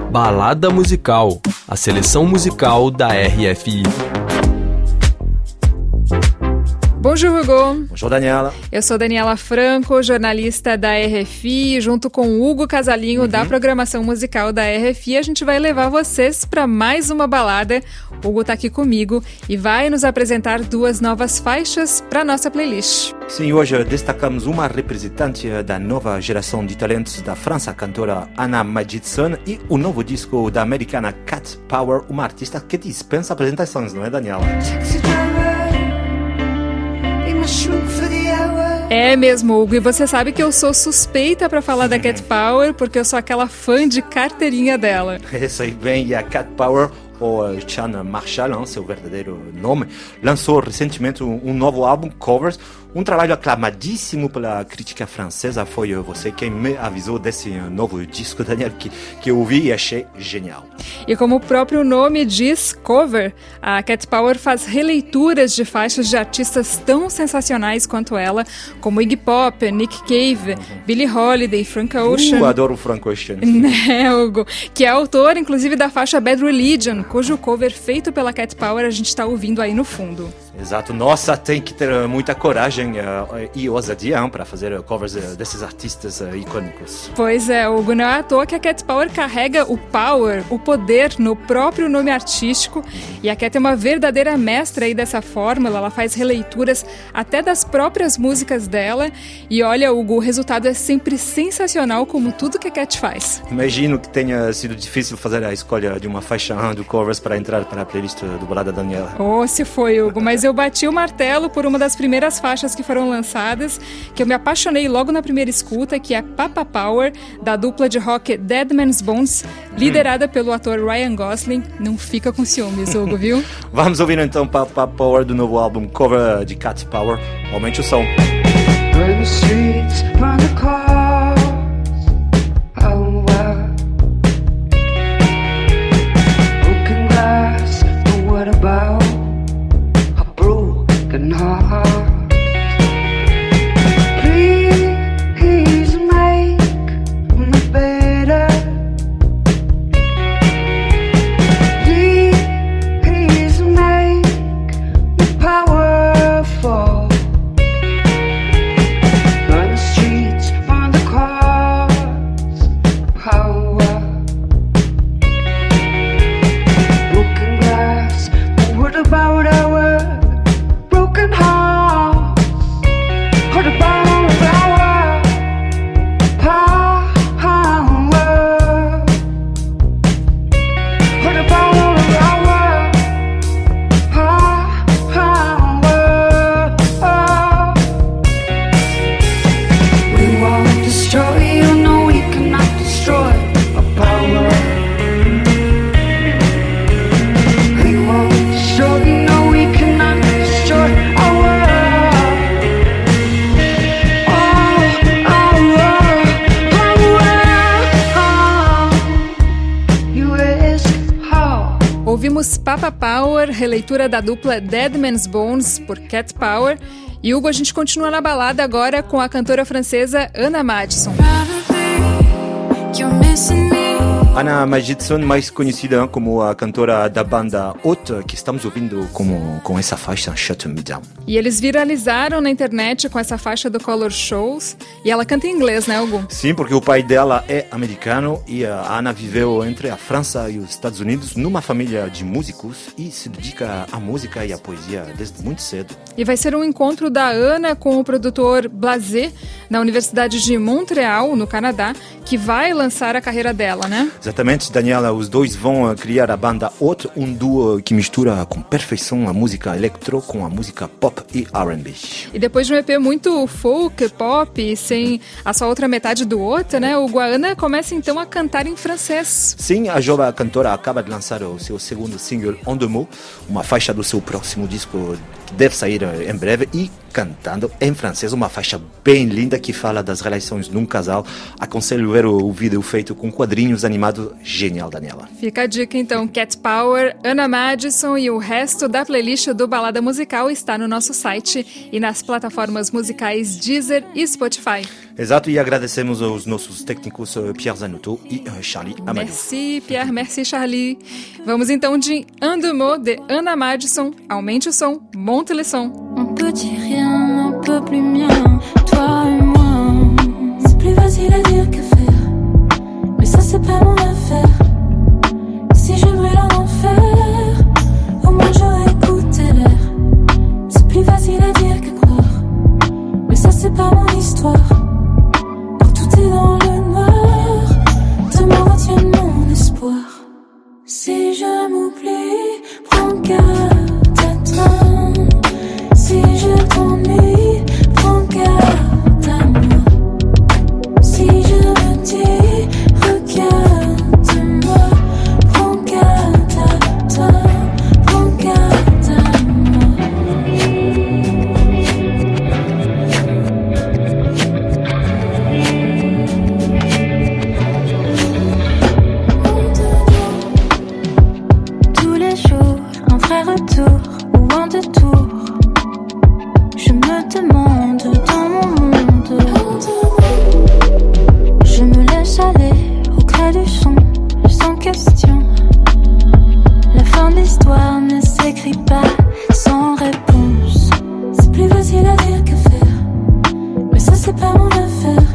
Balada Musical, a seleção musical da RFI. Bonjour, Hugo. Bonjour, Daniela. Eu sou Daniela Franco, jornalista da RFI, junto com o Hugo Casalinho, da programação musical da RFI. A gente vai levar vocês para mais uma balada. O Hugo está aqui comigo e vai nos apresentar duas novas faixas para nossa playlist. Sim, hoje destacamos uma representante da nova geração de talentos da França, a cantora Anna Majidson, e o novo disco da americana Cat Power, uma artista que dispensa apresentações, não é, Daniela? É mesmo, Hugo, e você sabe que eu sou suspeita para falar da Cat Power, porque eu sou aquela fã de carteirinha dela. Sei bem, e a Cat Power, ou Chan Marshall, seu verdadeiro nome, lançou recentemente um novo álbum, Covers, um trabalho aclamadíssimo pela crítica francesa. Foi você quem me avisou desse novo disco, Daniel, que eu ouvi e achei genial. E como o próprio nome diz, cover, a Cat Power faz releituras de faixas de artistas tão sensacionais quanto ela, como Iggy Pop, Nick Cave, Billie Holiday, Frank Ocean. Adoro o Frank Ocean. Né, Hugo? Que é autor, inclusive, da faixa Bad Religion, cujo cover feito pela Cat Power a gente está ouvindo aí no fundo. Exato. Nossa, tem que ter muita coragem e ousadia para fazer covers desses artistas icônicos. Pois é, Hugo, não é à toa que a Cat Power carrega o power, o poder, no próprio nome artístico. E a Cat é uma verdadeira mestra aí dessa fórmula. Ela faz releituras até das próprias músicas dela. E olha, Hugo, o resultado é sempre sensacional, como tudo que a Cat faz. Imagino que tenha sido difícil fazer a escolha de uma faixa do covers para entrar para a playlist do Balada Daniela. Oh, se foi, Hugo, mas eu bati o martelo por uma das primeiras faixas que foram lançadas, que eu me apaixonei logo na primeira escuta, que é Papa Power, da dupla de rock Dead Man's Bones, liderada pelo ator Ryan Gosling. Não fica com ciúmes, Hugo, viu? Vamos ouvir então Papa Power do novo álbum Cover de Cat Power. Aumente o som. Burn the streets, burn the cars. Oh, wow. Broken glass, but what about a broken heart? Please make me better. Please make me powerful. Burn the streets, burn the cars. Power. Broken glass, but what about our broken hearts? What about our power? What about our power? We won't destroy you, no, we cannot destroy our power. We won't destroy you, no, we cannot destroy our world. You ask how? Ouvimos Papa Power, releitura da dupla Dead Man's Bones por Cat Power. E Hugo, a gente continua na balada agora com a cantora francesa Anna Majidson. Anna Majidson, mais conhecida como a cantora da banda Haute, que estamos ouvindo com essa faixa Shut Me Down. E eles viralizaram na internet com essa faixa do Color Shows. E ela canta em inglês, né, Hugo? Sim, porque o pai dela é americano e a Anna viveu entre a França e os Estados Unidos numa família de músicos e se dedica à música e à poesia desde muito cedo. E vai ser um encontro da Anna com o produtor Blasé, na Universidade de Montreal, no Canadá, que vai lançar a carreira dela, né? Exatamente, Daniela, os dois vão criar a banda Haute, um duo que mistura com perfeição a música electro com a música pop e R&B. E depois de um EP muito folk, pop, sem a sua outra metade do Haute, né, o Ana começa então a cantar em francês. Sim, a jovem cantora acaba de lançar o seu segundo single, En Deux Mots, uma faixa do seu próximo disco que deve sair em breve, e cantando em francês, uma faixa bem linda que fala das relações num casal. Aconselho ver o vídeo feito com quadrinhos animados recado genial, Daniela. Fica a dica então, Cat Power, Anna Madison e o resto da playlist do Balada Musical está no nosso site e nas plataformas musicais Deezer e Spotify. Exato, e agradecemos aos nossos técnicos Pierre Zanotto e Charlie Amadou. Merci Pierre, merci Charlie. Vamos então de Un deux mots de Anna Madison. Aumente o som, monte le son. On peut dire rien, on peut plus bien, toi et moi. C'est plus facile à dire que faire, mais ça c'est pas mon affaire. Si je brûle en enfer, au moins j'aurais écouté l'air. C'est plus facile à dire que croire, mais ça c'est pas mon histoire. Quand tout est dans le noir, tes mots retiennent mon espoir. Si je m'oublie, prends garde à toi. Si je t'ennuie, prends garde à moi. Si je me dis, regarde-moi, prends garde à toi, prends garde à moi. On te doit tous les jours un vrai retour ou un détour. Je me demande dans mon monde, je me laisse aller au gré du son, sans question. La fin de l'histoire ne s'écrit pas sans réponse. C'est plus facile à dire que faire, mais ça c'est pas mon affaire.